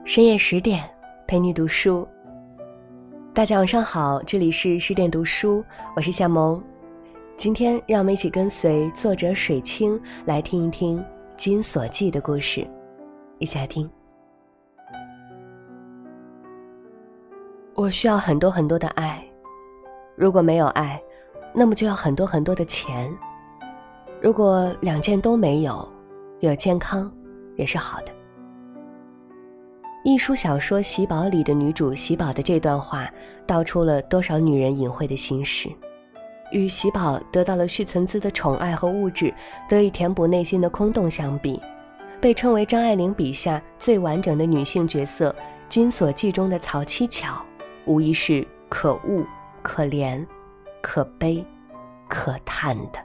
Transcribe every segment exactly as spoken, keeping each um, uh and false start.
深夜十点，陪你读书。大家晚上好，这里是十点读书，我是夏萌。今天让我们一起跟随作者水清来听一听金锁记的故事，一起来听。我需要很多很多的爱，如果没有爱，那么就要很多很多的钱。如果两件都没有，有健康也是好的。艺术小说《喜宝》里的女主喜宝的这段话道出了多少女人隐晦的心事。与喜宝得到了续存资的宠爱和物质得以填补内心的空洞相比，被称为张爱玲笔下最完整的女性角色金锁记中的曹七巧，无疑是可恶、可怜、可悲、可叹的。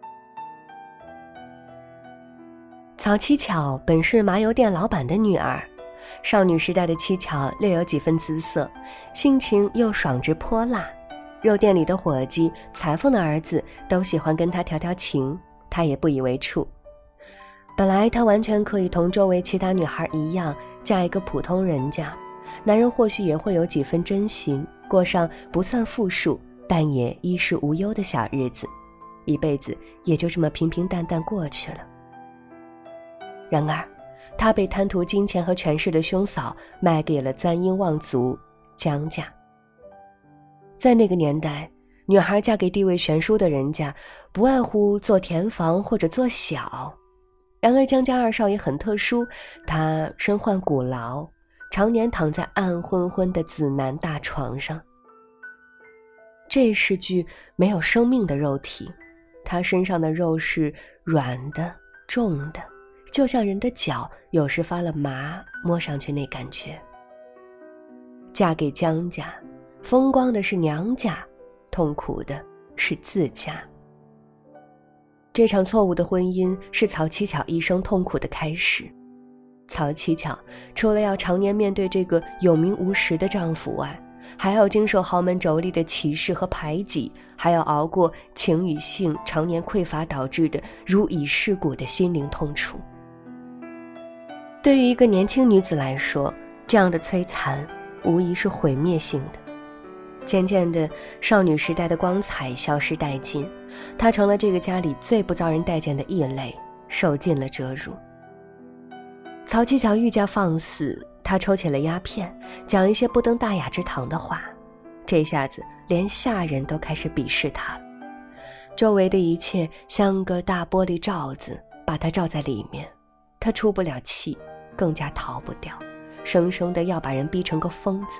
曹七巧本是麻油店老板的女儿，少女时代的七巧略有几分姿色，性情又爽直泼辣，肉店里的伙计、裁缝的儿子都喜欢跟她调调情，她也不以为怵。本来她完全可以同周围其他女孩一样嫁一个普通人家，男人或许也会有几分真心，过上不算富庶但也衣食无忧的小日子，一辈子也就这么平平淡淡过去了。然而他被贪图金钱和权势的兄嫂卖给了簪缨望族江家。在那个年代，女孩嫁给地位悬殊的人家，不外乎做田房或者做小。然而江家二少爷很特殊，他身患骨痨，常年躺在暗昏昏的紫南大床上。这是具没有生命的肉体，他身上的肉是软的、重的，就像人的脚有时发了麻，摸上去那感觉。嫁给江家，风光的是娘家，痛苦的是自家。这场错误的婚姻是曹七巧一生痛苦的开始。曹七巧除了要常年面对这个有名无实的丈夫外，还要经受豪门妯娌的歧视和排挤，还要熬过情与性常年匮乏导致的如蚁噬骨的心灵痛楚。对于一个年轻女子来说，这样的摧残无疑是毁灭性的。渐渐的，少女时代的光彩消失殆尽，她成了这个家里最不遭人待见的异类，受尽了折辱。曹七巧愈加放肆，她抽起了鸦片，讲一些不登大雅之堂的话，这下子连下人都开始鄙视她了。周围的一切像个大玻璃罩子，把她罩在里面，她出不了气，更加逃不掉，生生的要把人逼成个疯子。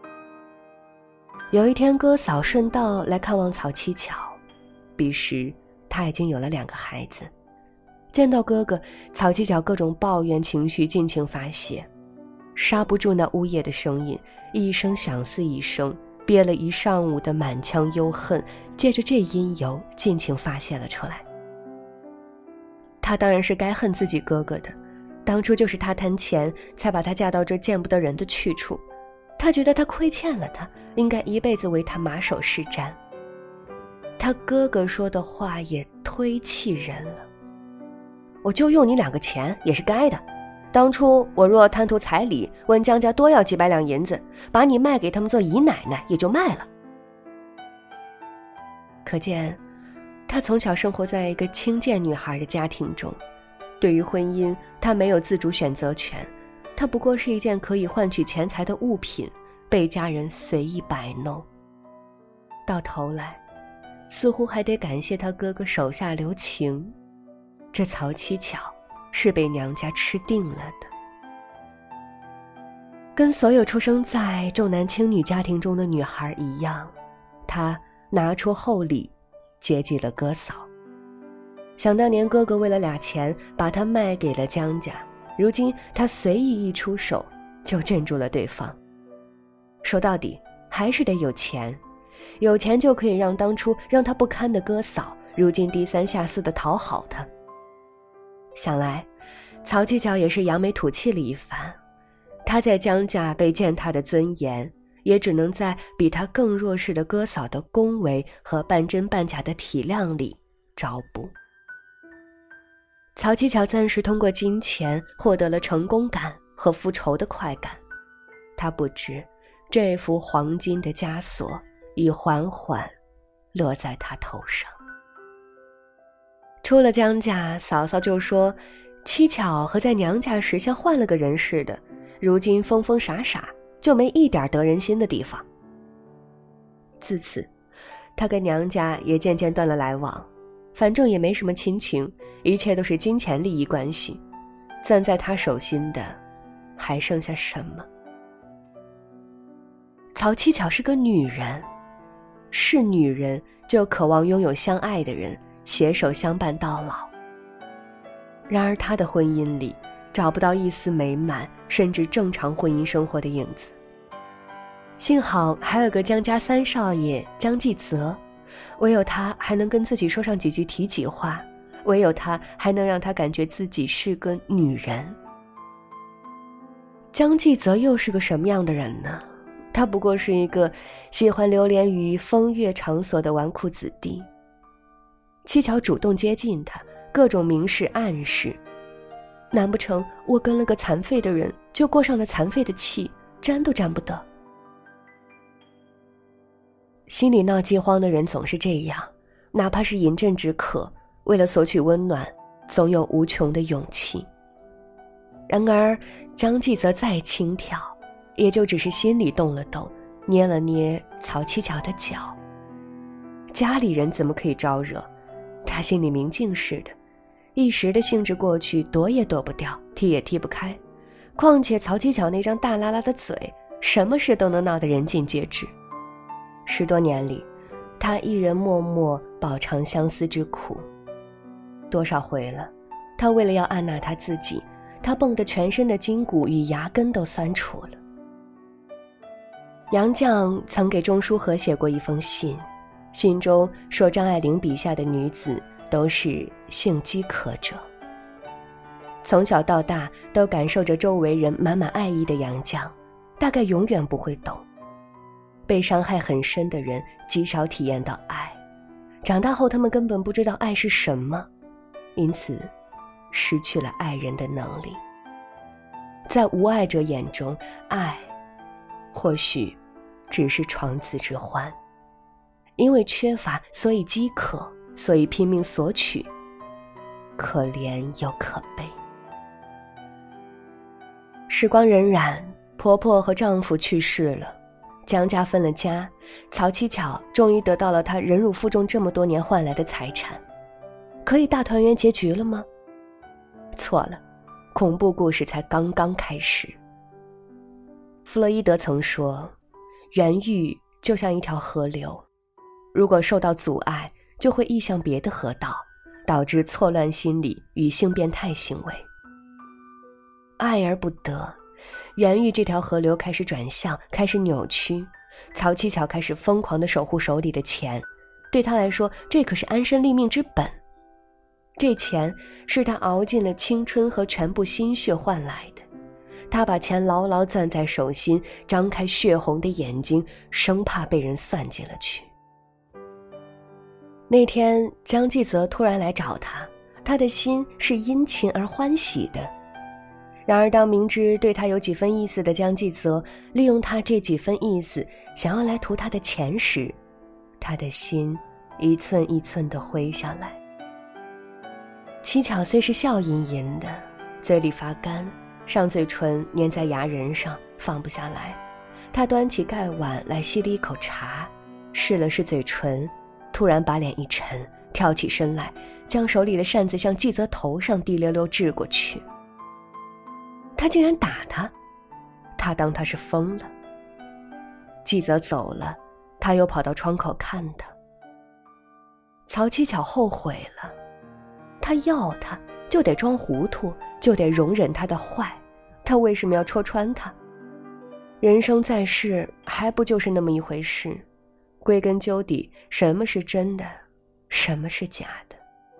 有一天，哥嫂顺道来看望曹七巧，彼时她已经有了两个孩子。见到哥哥，曹七巧各种抱怨情绪尽情发泄，刹不住那呜咽的声音，一声响似一声，憋了一上午的满腔忧恨，借着这因由尽情发泄了出来。他当然是该恨自己哥哥的，当初就是他贪钱，才把他嫁到这见不得人的去处。他觉得他亏欠了他，应该一辈子为他马首是瞻。他哥哥说的话也忒气人了。我就用你两个钱也是该的，当初我若贪图彩礼，问江家多要几百两银子，把你卖给他们做姨奶奶也就卖了。可见她从小生活在一个清贱女孩的家庭中，对于婚姻她没有自主选择权，她不过是一件可以换取钱财的物品，被家人随意摆弄。到头来似乎还得感谢她哥哥手下留情，这曹七巧是被娘家吃定了的。跟所有出生在重男轻女家庭中的女孩一样，她拿出厚礼接济了哥嫂。想当年哥哥为了俩钱把她卖给了江家，如今他随意一出手就镇住了对方。说到底还是得有钱，有钱就可以让当初让他不堪的哥嫂如今低三下四地讨好他。想来曹七巧也是扬眉吐气了一番，他在江家被践踏的尊严，也只能在比他更弱势的哥嫂的恭维和半真半假的体谅里找补。曹七巧暂时通过金钱获得了成功感和复仇的快感， 他不知，这副黄金的枷锁已缓缓落在他头上。出了江家，嫂嫂就说七巧和在娘家时像换了个人似的，如今疯疯傻傻，就没一点得人心的地方。自此他跟娘家也渐渐断了来往，反正也没什么亲情，一切都是金钱利益关系，攥在他手心的还剩下什么？曹七巧是个女人，是女人就渴望拥有相爱的人，携手相伴到老。然而她的婚姻里找不到一丝美满甚至正常婚姻生活的影子。幸好还有个江家三少爷江继泽，唯有他还能跟自己说上几句体己话，唯有他还能让他感觉自己是个女人。江继泽又是个什么样的人呢？他不过是一个喜欢流连于风月场所的纨绔子弟。七巧主动接近他，各种明示暗示，难不成我跟了个残废的人，就过上了残废的气，沾都沾不得？心里闹饥荒的人总是这样，哪怕是饮鸩止渴，为了索取温暖，总有无穷的勇气。然而江继泽再轻佻，也就只是心里动了动，捏了捏曹七巧的脚。家里人怎么可以招惹？他心里明镜似的，一时的兴致过去，躲也躲不掉，踢也踢不开。况且曹七巧那张大拉拉的嘴，什么事都能闹得人尽皆知。十多年里，他一人默默饱尝相思之苦。多少回了，他为了要按捺他自己，他蹦得全身的筋骨与牙根都酸楚了。杨绛曾给钟书和写过一封信，信中说张爱玲笔下的女子都是性饥渴者。从小到大都感受着周围人满满爱意的杨绛，大概永远不会懂，被伤害很深的人极少体验到爱，长大后他们根本不知道爱是什么，因此失去了爱人的能力。在无爱者眼中，爱或许只是床笫之欢，因为缺乏，所以饥渴，所以拼命索取，可怜又可悲。时光荏苒，婆婆和丈夫去世了，江家分了家，曹七巧终于得到了她忍辱负重这么多年换来的财产。可以大团圆结局了吗？错了，恐怖故事才刚刚开始。弗洛伊德曾说，原欲就像一条河流，如果受到阻碍，就会溢向别的河道，导致错乱心理与性变态行为。爱而不得，原欲这条河流开始转向，开始扭曲。曹七巧开始疯狂地守护手里的钱，对他来说，这可是安身立命之本。这钱是他熬尽了青春和全部心血换来的，他把钱牢牢攥在手心，张开血红的眼睛，生怕被人算计了去。那天江继泽突然来找他，他的心是殷勤而欢喜的。然而当明知对他有几分意思的江继泽利用他这几分意思想要来图他的钱时，他的心一寸一寸地灰下来。七巧虽是笑吟吟的，嘴里发干，上嘴唇粘在牙仁上放不下来。他端起盖碗来吸了一口茶，试了试嘴唇，突然把脸一沉，跳起身来，将手里的扇子向继泽头上滴溜溜掷过去。他竟然打他，他当他是疯了。继泽走了，他又跑到窗口看他。曹七巧后悔了，他要他就得装糊涂，就得容忍他的坏，他为什么要戳穿他？人生在世，还不就是那么一回事？归根究底，什么是真的，什么是假的？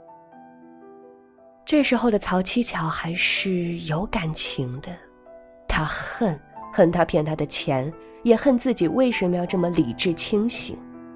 这时候的曹七巧还是有感情的，他恨恨他骗他的钱，也恨自己为什么要这么理智清醒。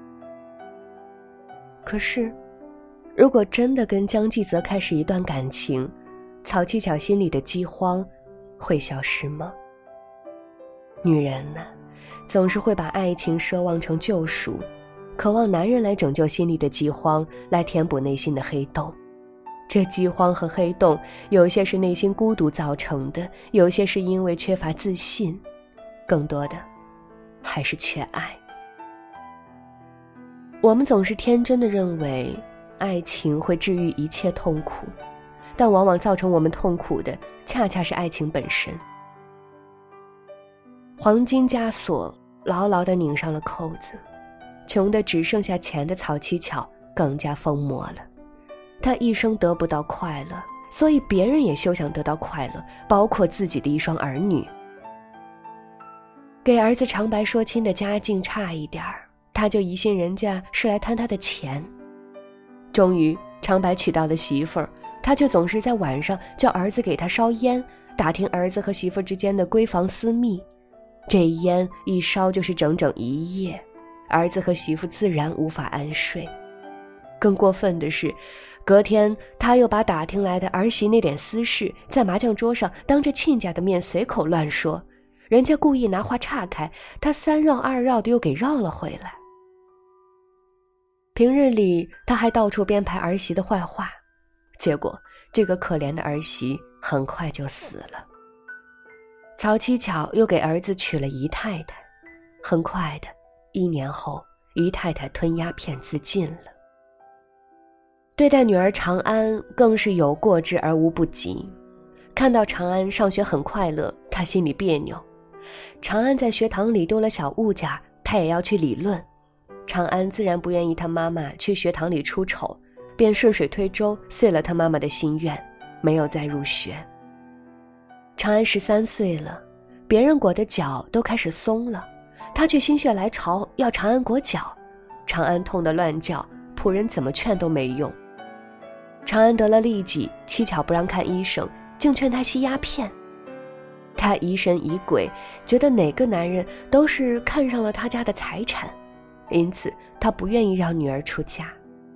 可是如果真的跟江继泽开始一段感情，曹七巧心里的饥荒会消失吗？ 女人呢，总是会把爱情奢望成救赎，渴望男人来拯救心里的饥荒，来填补内心的黑洞。这饥荒和黑洞，有些是内心孤独造成的，有些是因为缺乏自信，更多的还是缺爱。我们总是天真的认为爱情会治愈一切痛苦，但往往造成我们痛苦的恰恰是爱情本身。黄金枷锁牢牢地拧上了扣子，穷得只剩下钱的曹七巧更加疯魔了。他一生得不到快乐，所以别人也休想得到快乐，包括自己的一双儿女。给儿子长白说亲的家境差一点儿，他就疑心人家是来贪他的钱。终于长白娶到了媳妇儿，他却总是在晚上叫儿子给他烧烟，打听儿子和媳妇之间的闺房私密。这烟一烧就是整整一夜，儿子和媳妇自然无法安睡。更过分的是，隔天他又把打听来的儿媳那点私事在麻将桌上当着亲家的面随口乱说，人家故意拿话岔开，他三绕二绕的又给绕了回来。平日里他还到处编排儿媳的坏话，结果这个可怜的儿媳很快就死了。曹七巧又给儿子娶了姨太太，很快的，一年后姨太太吞鸦片自尽了。对待女儿长安更是有过之而无不及。看到长安上学很快乐，他心里别扭。长安在学堂里丢了小物件，他也要去理论。长安自然不愿意他妈妈去学堂里出丑，便顺水推舟遂了他妈妈的心愿，没有再入学。长安十三岁了，别人裹的脚都开始松了，他却心血来潮要长安裹脚。长安痛得乱叫，仆人怎么劝都没用。长安得了痢疾，七巧不让看医生，竟劝他吸鸦片。他疑神疑鬼，觉得哪个男人都是看上了他家的财产，因此他不愿意让女儿出嫁。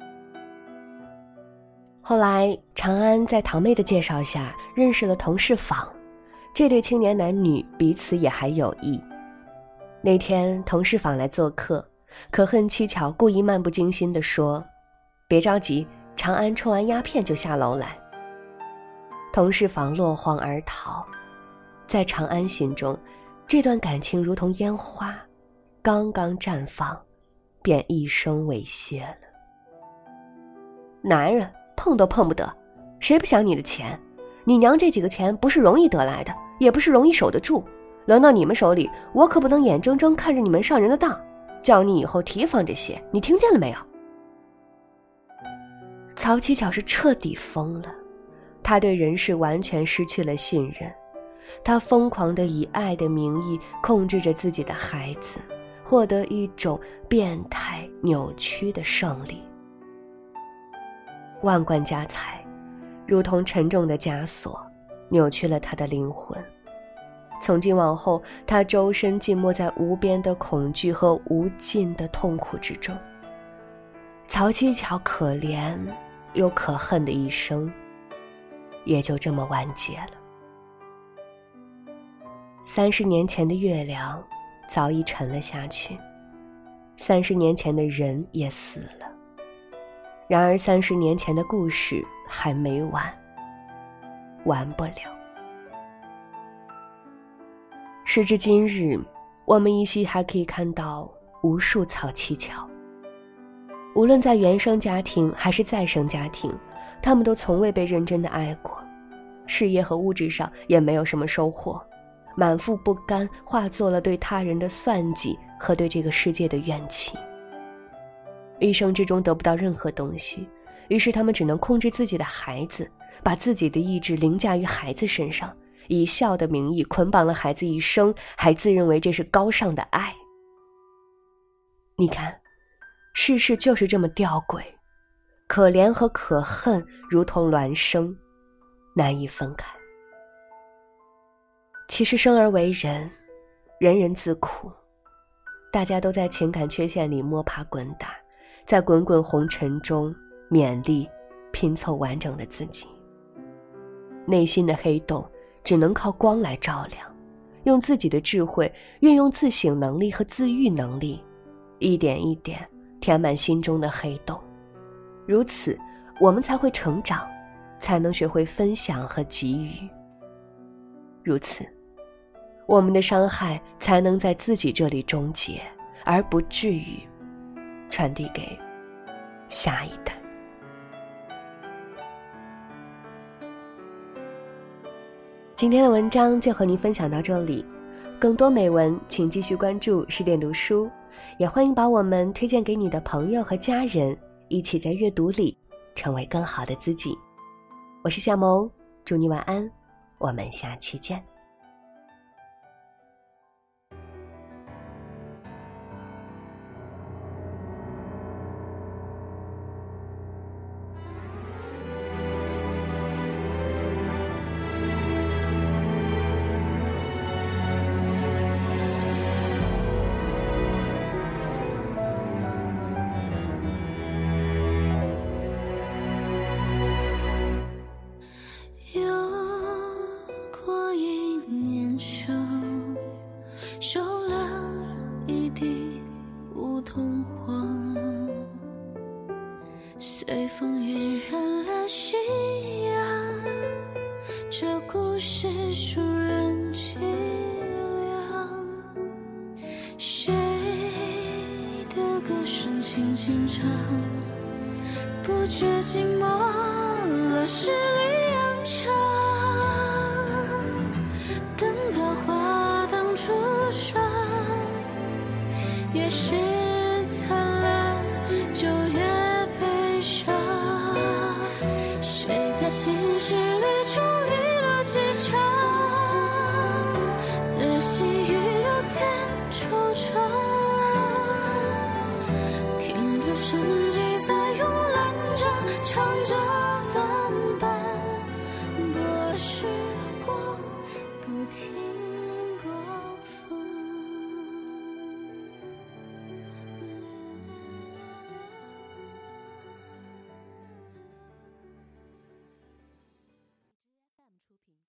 后来长安在堂妹的介绍下认识了童世坊，这对青年男女彼此也还有意。那天童世坊来做客，可恨七巧故意漫不经心地说：“别着急，长安抽完鸦片就下楼来。”童世坊落荒而逃。在长安心中，这段感情如同烟花，刚刚绽放，便一生猥亵了。男人碰都碰不得，谁不想你的钱？你娘这几个钱不是容易得来的，也不是容易守得住。轮到你们手里，我可不能眼睁睁看着你们上人的当，叫你以后提防这些，你听见了没有？曹七巧是彻底疯了，他对人世完全失去了信任，他疯狂地以爱的名义控制着自己的孩子，获得一种变态扭曲的胜利。万贯家财如同沉重的枷锁，扭曲了他的灵魂。从今往后，他周身浸没在无边的恐惧和无尽的痛苦之中。曹七巧可怜又可恨的一生，也就这么完结了。三十年前的月亮早已沉了下去，三十年前的人也死了。然而三十年前的故事还没完，完不了。时至今日，我们依稀还可以看到无数曹七巧。无论在原生家庭还是再生家庭，他们都从未被认真的爱过，事业和物质上也没有什么收获，满腹不甘化作了对他人的算计和对这个世界的怨气。一生之中得不到任何东西，于是他们只能控制自己的孩子，把自己的意志凌驾于孩子身上，以孝的名义捆绑了孩子一生，还自认为这是高尚的爱。你看，世事就是这么吊诡，可怜和可恨如同孪生，难以分开。其实生而为人，人人自苦，大家都在情感缺陷里摸爬滚打，在滚滚红尘中勉力拼凑完整的自己。内心的黑洞只能靠光来照亮， 用自己的智慧，运用自省能力和自愈能力，一点一点填满心中的黑洞。如此，我们才会成长，才能学会分享和给予。如此，我们的伤害才能在自己这里终结，而不至于传递给下一代。今天的文章就和您分享到这里，更多美文请继续关注十点读书，也欢迎把我们推荐给你的朋友和家人，一起在阅读里成为更好的自己。我是夏萌，祝你晚安，我们下期见。 收了一地梧桐黄，随风晕染了夕阳，这故事倏然凄凉。谁的歌声轻轻唱，不觉寂寞了十里洋场。等它花当初上，越是灿烂就越悲伤。谁在心事里重遇了几场，日夕与有天惆怅。听着生机在慵懒着，唱着